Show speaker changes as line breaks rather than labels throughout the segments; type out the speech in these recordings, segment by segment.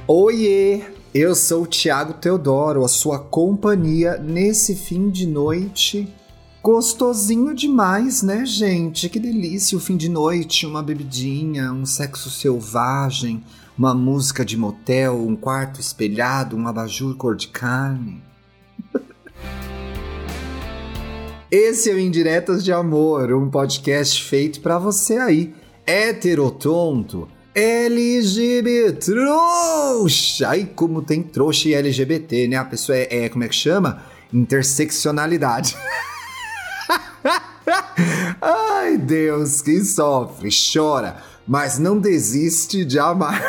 Oiê, eu sou o Thiago Teodoro, a sua companhia nesse fim de noite. Gostosinho demais, né, gente? Que delícia o fim de noite, uma bebidinha, um sexo selvagem, uma música de motel, um quarto espelhado, um abajur cor de carne. Esse é o Indiretas de Amor, um podcast feito pra você aí, heterotonto, LGBT trouxa. Ai, como tem trouxa e LGBT, né? A pessoa como é que chama? Interseccionalidade. Ai, Deus, quem sofre, chora, mas não desiste de amar.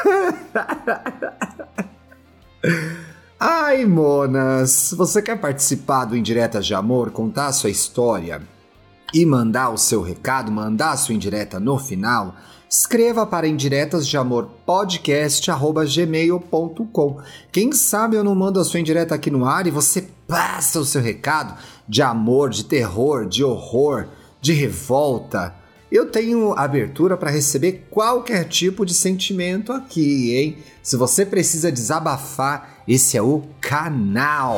Ai, monas, você quer participar do Indiretas de Amor, contar a sua história e mandar o seu recado, mandar a sua indireta no final? Escreva para indiretasdeamorpodcast@gmail.com. Quem sabe eu não mando a sua indireta aqui no ar e você passa o seu recado de amor, de terror, de horror, de revolta. Eu tenho abertura para receber qualquer tipo de sentimento aqui, hein? Se você precisa desabafar, esse é o canal.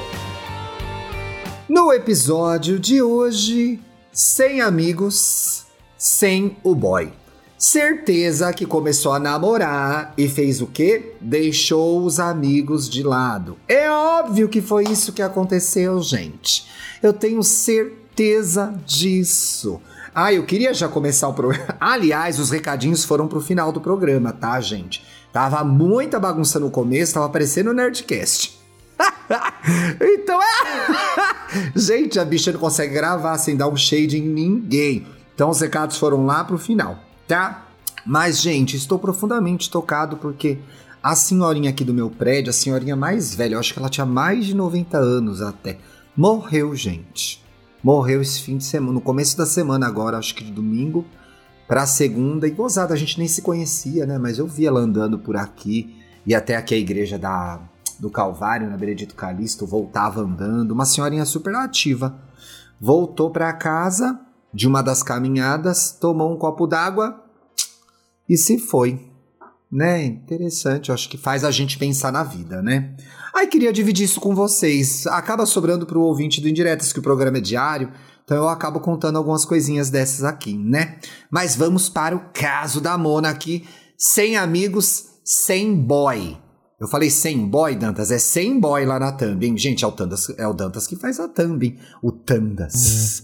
No episódio de hoje, sem amigos, sem o boy. Certeza que começou a namorar e fez o quê? Deixou os amigos de lado. É óbvio que foi isso que aconteceu, gente. Eu tenho certeza disso. Eu queria já começar o programa. Aliás, os recadinhos foram pro final do programa, tá, gente? Tava muita bagunça no começo, tava parecendo o Nerdcast. Então gente, a bicha não consegue gravar sem dar um shade em ninguém. Então os recados foram lá pro final, tá? Mas, gente, estou profundamente tocado porque a senhorinha aqui do meu prédio, a senhorinha mais velha, eu acho que ela tinha mais de 90 anos até, morreu, gente. Morreu esse fim de semana, no começo da semana agora, acho que de domingo pra segunda. E gozada, a gente nem se conhecia, né? Mas eu vi ela andando por aqui. E até aqui a igreja do Calvário, na Benedito Calixto, voltava andando. Uma senhorinha super ativa. Voltou pra casa de uma das caminhadas, tomou um copo d'água e se foi. Né? Interessante, eu acho que faz a gente pensar na vida, né? Queria dividir isso com vocês. Acaba sobrando pro ouvinte do Indiretas, que o programa é diário, então eu acabo contando algumas coisinhas dessas aqui, né? Mas vamos para o caso da Mona aqui, sem amigos, sem boy. Eu falei sem boy, Dantas, é sem boy lá na thumb, hein? Gente, é o Dantas que faz a thumb, hein? O Tandas.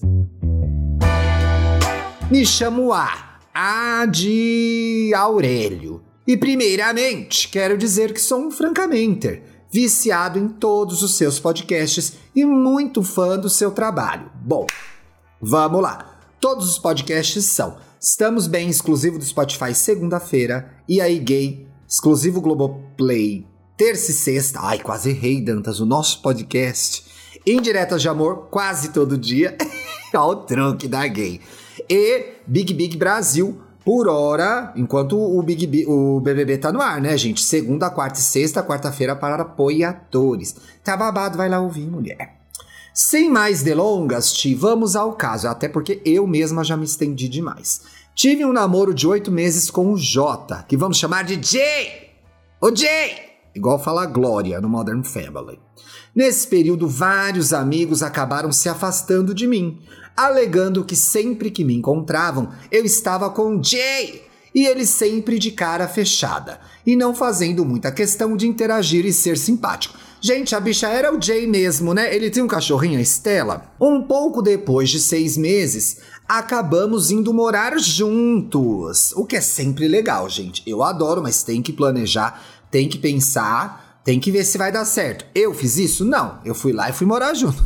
Me chamo A de Aurélio. E primeiramente, quero dizer que sou um francamente viciado em todos os seus podcasts e muito fã do seu trabalho. Bom, vamos lá. Todos os podcasts são Estamos Bem, exclusivo do Spotify, segunda-feira, e aí Gay, exclusivo Globoplay, terça e sexta. Quase errei, Dantas, o nosso podcast. Indiretas de Amor, quase todo dia. Olha o truque da Gay. E Big Big Brasil, por hora, enquanto o BBB tá no ar, né, gente? Segunda, quarta e sexta, quarta-feira para apoiadores. Tá babado, vai lá ouvir, mulher. Sem mais delongas, vamos ao caso, até porque eu mesma já me estendi demais. Tive um namoro de 8 meses com o Jota, que vamos chamar de Jay! O Jay! Igual fala Glória no Modern Family. Nesse período, vários amigos acabaram se afastando de mim, alegando que sempre que me encontravam, eu estava com o Jay, e ele sempre de cara fechada, e não fazendo muita questão de interagir e ser simpático. Gente, a bicha era o Jay mesmo, né? Ele tem um cachorrinho, a Estela. Um pouco depois de 6 meses, acabamos indo morar juntos, o que é sempre legal, gente. Eu adoro, mas tem que planejar, tem que pensar, tem que ver se vai dar certo. Eu fiz isso? Não. Eu fui lá e fui morar junto.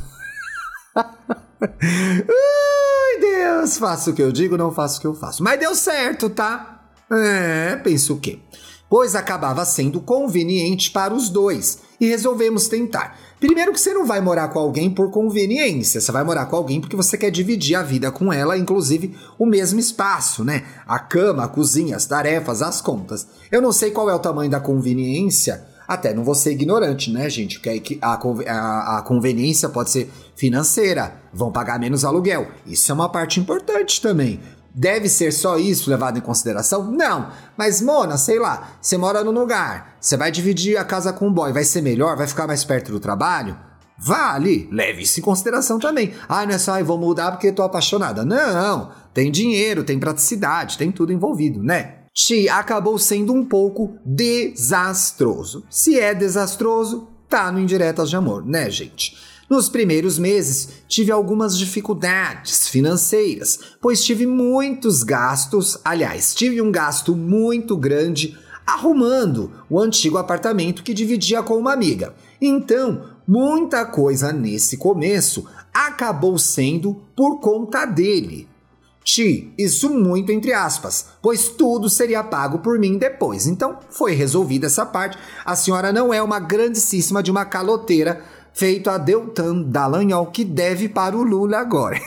Ai, Deus, faço o que eu digo, não faço o que eu faço. Mas deu certo, tá? Penso o quê? Pois acabava sendo conveniente para os dois e resolvemos tentar. Primeiro que você não vai morar com alguém por conveniência, você vai morar com alguém porque você quer dividir a vida com ela, inclusive o mesmo espaço, né? A cama, a cozinha, as tarefas, as contas. Eu não sei qual é o tamanho da conveniência, até não vou ser ignorante, né, gente? Porque a conveniência pode ser financeira, vão pagar menos aluguel. Isso é uma parte importante também. Deve ser só isso levado em consideração? Não, mas Mona, sei lá, você mora num lugar, você vai dividir a casa com um boy, vai ser melhor, vai ficar mais perto do trabalho? Vá ali, leve isso em consideração também. Não é só, vou mudar porque tô apaixonada. Não, tem dinheiro, tem praticidade, tem tudo envolvido, né? Ti acabou sendo um pouco desastroso. Se é desastroso, tá no Indiretas de Amor, né, gente? Nos primeiros meses, tive algumas dificuldades financeiras, pois tive muitos gastos, tive um gasto muito grande arrumando o antigo apartamento que dividia com uma amiga. Então, muita coisa nesse começo acabou sendo por conta dele. Isso muito entre aspas, pois tudo seria pago por mim depois. Então, foi resolvida essa parte. A senhora não é uma grandíssima de uma caloteira feito a Deltan Dallagnol, que deve para o Lula agora.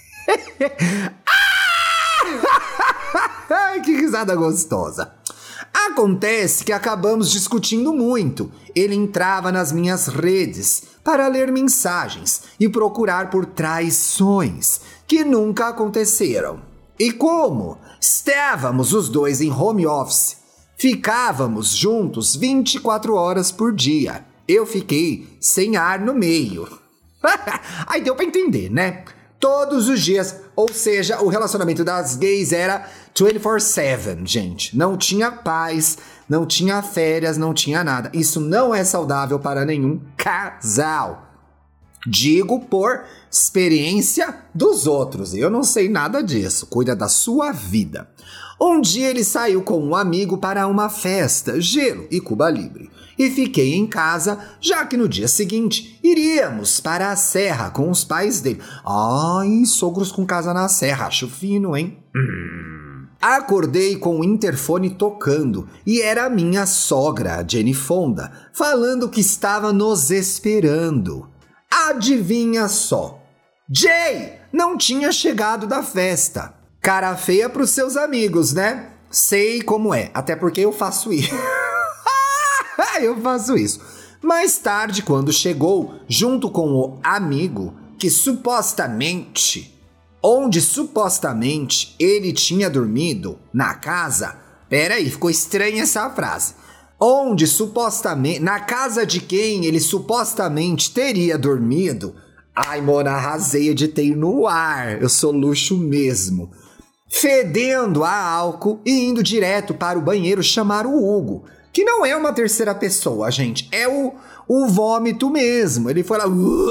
Ai, que risada gostosa. Acontece que acabamos discutindo muito. Ele entrava nas minhas redes para ler mensagens e procurar por traições que nunca aconteceram. E como estávamos os dois em home office, ficávamos juntos 24 horas por dia. Eu fiquei sem ar no meio. Aí deu pra entender, né? Todos os dias, ou seja, o relacionamento das gays era 24/7, gente. Não tinha paz, não tinha férias, não tinha nada. Isso não é saudável para nenhum casal. Digo por experiência dos outros. Eu não sei nada disso. Cuida da sua vida. Um dia ele saiu com um amigo para uma festa, gelo e Cuba Libre. E fiquei em casa, já que no dia seguinte iríamos para a serra com os pais dele. Ai, sogros com casa na serra, acho fino, hein? Acordei com o interfone tocando e era a minha sogra, Jenny Fonda, falando que estava nos esperando. Adivinha só, Jay não tinha chegado da festa. Cara feia pros seus amigos, né? Sei como é, até porque eu faço isso. Eu faço isso. Mais tarde, quando chegou, junto com o amigo, onde supostamente ele tinha dormido na casa. Peraí, ficou estranha essa frase. Onde supostamente, na casa de quem ele supostamente teria dormido. Ai, Mona, arrasei, editei no ar. Eu sou luxo mesmo. Fedendo a álcool e indo direto para o banheiro chamar o Hugo. Que não é uma terceira pessoa, gente. É o vômito mesmo. Ele foi lá...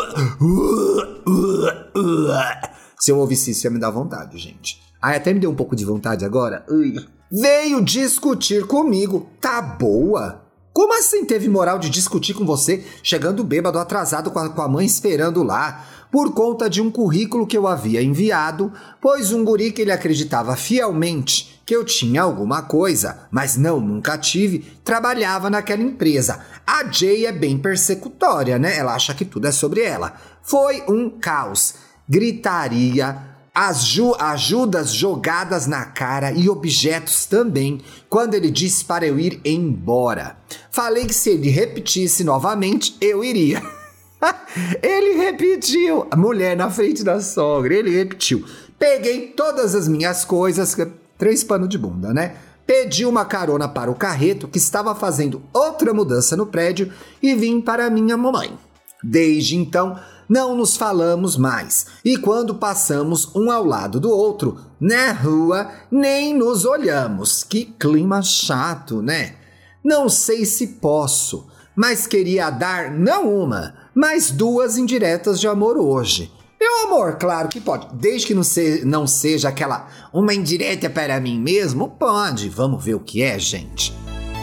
Se eu ouvisse isso, ia me dar vontade, gente. Ai, até me deu um pouco de vontade agora. Veio discutir comigo. Tá boa? Como assim teve moral de discutir com você, chegando bêbado, atrasado com a mãe esperando lá, por conta de um currículo que eu havia enviado, pois um guri que ele acreditava fielmente que eu tinha alguma coisa, mas nunca tive, trabalhava naquela empresa. A Jay é bem persecutória, né? Ela acha que tudo é sobre ela. Foi um caos. Gritaria, ajudas jogadas na cara e objetos também, quando ele disse para eu ir embora. Falei que se ele repetisse novamente, eu iria. Ele repetiu. A mulher na frente da sogra, ele repetiu. Peguei todas as minhas coisas, 3 panos de bunda, né? Pedi uma carona para o carreto, que estava fazendo outra mudança no prédio, e vim para minha mamãe. Desde então, não nos falamos mais, e quando passamos um ao lado do outro, na rua, nem nos olhamos. Que clima chato, né? Não sei se posso, mas queria dar não uma, mas 2 indiretas de amor hoje. Meu amor, claro que pode, desde que não seja aquela uma indireta para mim mesmo, pode. Vamos ver o que é, gente.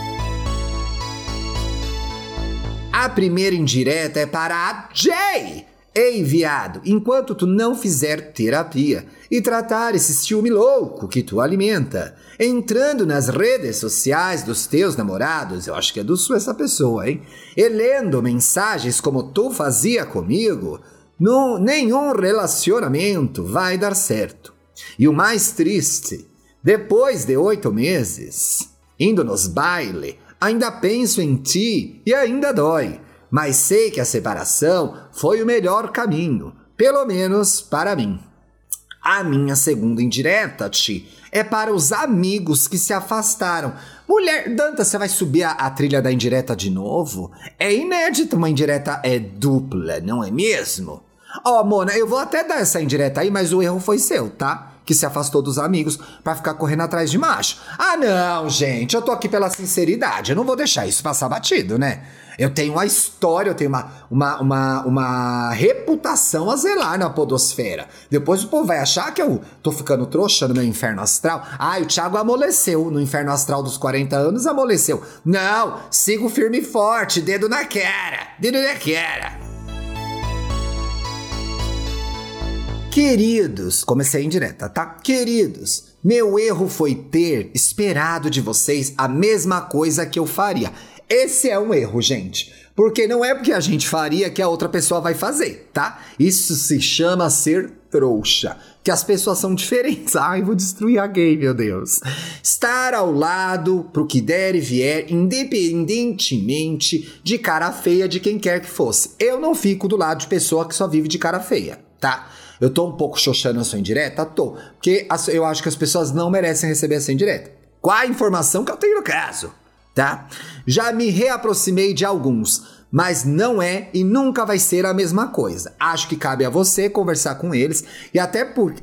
A primeira indireta é para a Jay. Ei, viado, enquanto tu não fizer terapia e tratar esse ciúme louco que tu alimenta, entrando nas redes sociais dos teus namorados, eu acho que é do sul essa pessoa, hein? E lendo mensagens como tu fazia comigo, nenhum relacionamento vai dar certo. E o mais triste, depois de 8 meses, indo nos bailes, ainda penso em ti e ainda dói. Mas sei que a separação foi o melhor caminho, pelo menos para mim. A minha segunda indireta, Ti, é para os amigos que se afastaram. Mulher, Dantas, você vai subir a trilha da indireta de novo? É inédito uma indireta dupla, não é mesmo? Ó, Mona, eu vou até dar essa indireta aí, mas o erro foi seu, tá? Que se afastou dos amigos pra ficar correndo atrás de macho. Ah, não, gente, eu tô aqui pela sinceridade, eu não vou deixar isso passar batido, né? Eu tenho uma história, eu tenho uma reputação a zelar na podosfera. Depois o povo vai achar que eu tô ficando trouxa no meu inferno astral. Ah, o Thiago amoleceu no inferno astral dos 40 anos, amoleceu. Não, sigo firme e forte, dedo na cara, dedo na cara. Queridos, comecei em direta, tá? Queridos, meu erro foi ter esperado de vocês a mesma coisa que eu faria. Esse é um erro, gente. Porque não é porque a gente faria que a outra pessoa vai fazer, tá? Isso se chama ser trouxa. Que as pessoas são diferentes. Ai, vou destruir a gay, meu Deus. Estar ao lado pro que der e vier, independentemente de cara feia de quem quer que fosse. Eu não fico do lado de pessoa que só vive de cara feia, tá? Eu tô um pouco xoxando a sua indireta? Tô. Porque eu acho que as pessoas não merecem receber essa indireta. Qual a informação que eu tenho no caso? Tá? Já me reaproximei de alguns, mas não é e nunca vai ser a mesma coisa. Acho que cabe a você conversar com eles e até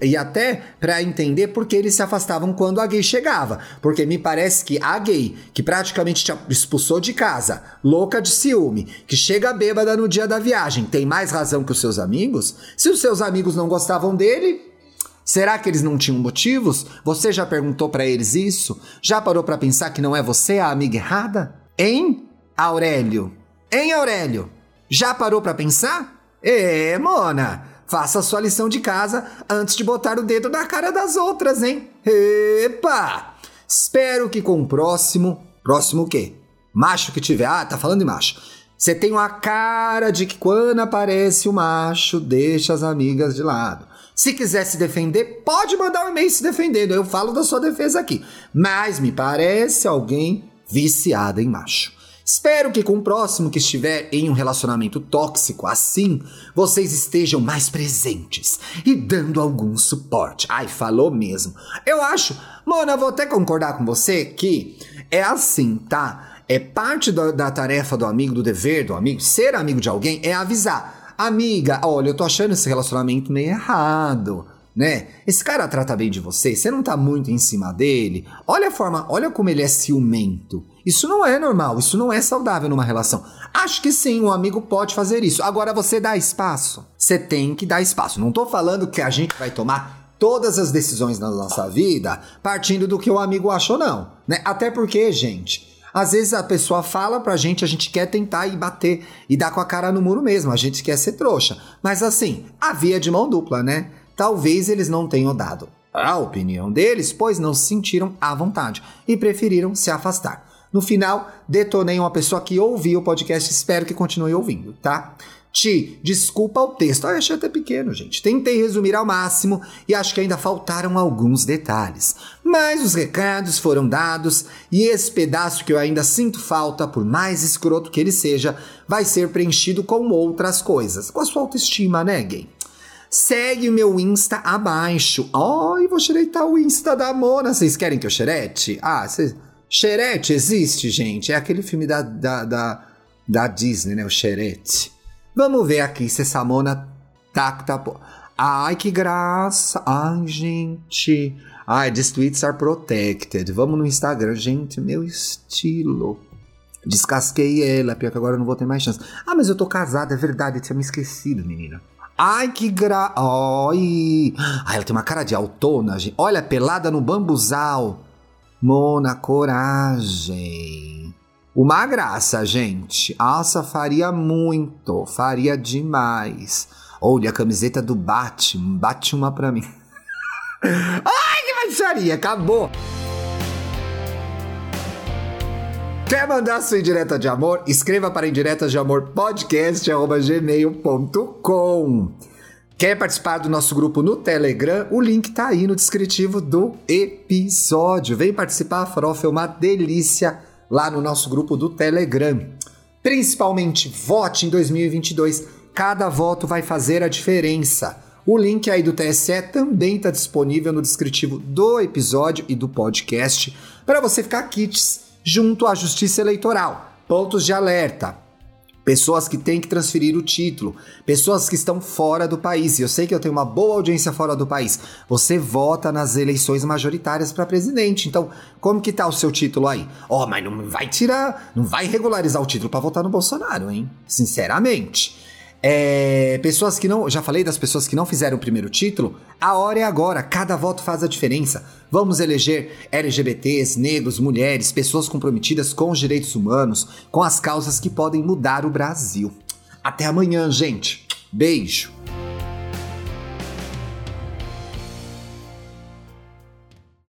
para entender por que eles se afastavam quando a gay chegava. Porque me parece que a gay, que praticamente te expulsou de casa, louca de ciúme, que chega bêbada no dia da viagem, tem mais razão que os seus amigos? Se os seus amigos não gostavam dele, será que eles não tinham motivos? Você já perguntou pra eles isso? Já parou pra pensar que não é você a amiga errada? Hein, Aurélio? Hein, Aurélio? Já parou pra pensar? Mona, faça a sua lição de casa antes de botar o dedo na cara das outras, hein? Epa! Espero que com o próximo o quê? Macho que tiver... Ah, tá falando de macho. Você tem uma cara de que quando aparece o macho, deixa as amigas de lado. Se quiser se defender, pode mandar um e-mail se defendendo. Eu falo da sua defesa aqui. Mas me parece alguém viciado em macho. Espero que com o próximo que estiver em um relacionamento tóxico assim, vocês estejam mais presentes e dando algum suporte. Ai, falou mesmo. Eu acho, Mona, vou até concordar com você que é assim, tá? É parte da tarefa do amigo, do dever do amigo, ser amigo de alguém é avisar. Amiga, olha, eu tô achando esse relacionamento meio errado, né? Esse cara trata bem de você, você não tá muito em cima dele. Olha a forma, olha como ele é ciumento. Isso não é normal, isso não é saudável numa relação. Acho que sim, um amigo pode fazer isso. Agora você dá espaço. Você tem que dar espaço. Não tô falando que a gente vai tomar todas as decisões na nossa vida partindo do que o amigo acha ou não, né? Até porque, gente... Às vezes a pessoa fala pra gente, a gente quer tentar ir bater e dar com a cara no muro mesmo, a gente quer ser trouxa. Mas assim, a via de mão dupla, né? Talvez eles não tenham dado a opinião deles, pois não se sentiram à vontade e preferiram se afastar. No final, detonei uma pessoa que ouviu o podcast, espero que continue ouvindo, tá? Ti, desculpa o texto. Eu achei até pequeno, gente. Tentei resumir ao máximo e acho que ainda faltaram alguns detalhes. Mas os recados foram dados e esse pedaço que eu ainda sinto falta, por mais escroto que ele seja, vai ser preenchido com outras coisas. Com a sua autoestima, né, gay? Segue o meu Insta abaixo. E vou xeretar o Insta da Mona. Vocês querem que eu xerete? Xerete existe, gente. É aquele filme da Disney, né? O Xerete. Vamos ver aqui se essa Mona tá... Ai, que graça. Ai, gente. Ai, these tweets are protected. Vamos no Instagram. Gente, meu estilo. Descasquei ela, pior que agora eu não vou ter mais chance. Ah, mas eu tô casada, é verdade. Eu tinha me esquecido, menina. Ai, que Ai, ela tem uma cara de autona, gente. Olha, pelada no bambuzal. Mona, coragem. Uma graça, gente. Nossa, faria muito. Faria demais. Olha a camiseta do Batman. Bate uma pra mim. Ai, que baixaria. Acabou. Quer mandar sua indireta de amor? Escreva para indiretasdeamorpodcast@gmail.com. Quer participar do nosso grupo no Telegram? O link tá aí no descritivo do episódio. Vem participar, a farofa é uma delícia lá no nosso grupo do Telegram. Principalmente, vote em 2022. Cada voto vai fazer a diferença. O link aí do TSE também está disponível no descritivo do episódio e do podcast para você ficar kits junto à Justiça Eleitoral. Pontos de alerta. Pessoas que têm que transferir o título, pessoas que estão fora do país. E eu sei que eu tenho uma boa audiência fora do país. Você vota nas eleições majoritárias para presidente. Então, como que tá o seu título aí? Mas não vai tirar, não vai regularizar o título para votar no Bolsonaro, hein? Sinceramente. Pessoas que não... Já falei das pessoas que não fizeram o primeiro título? A hora é agora, cada voto faz a diferença. Vamos eleger LGBTs, negros, mulheres, pessoas comprometidas com os direitos humanos, com as causas que podem mudar o Brasil. Até amanhã, gente. Beijo.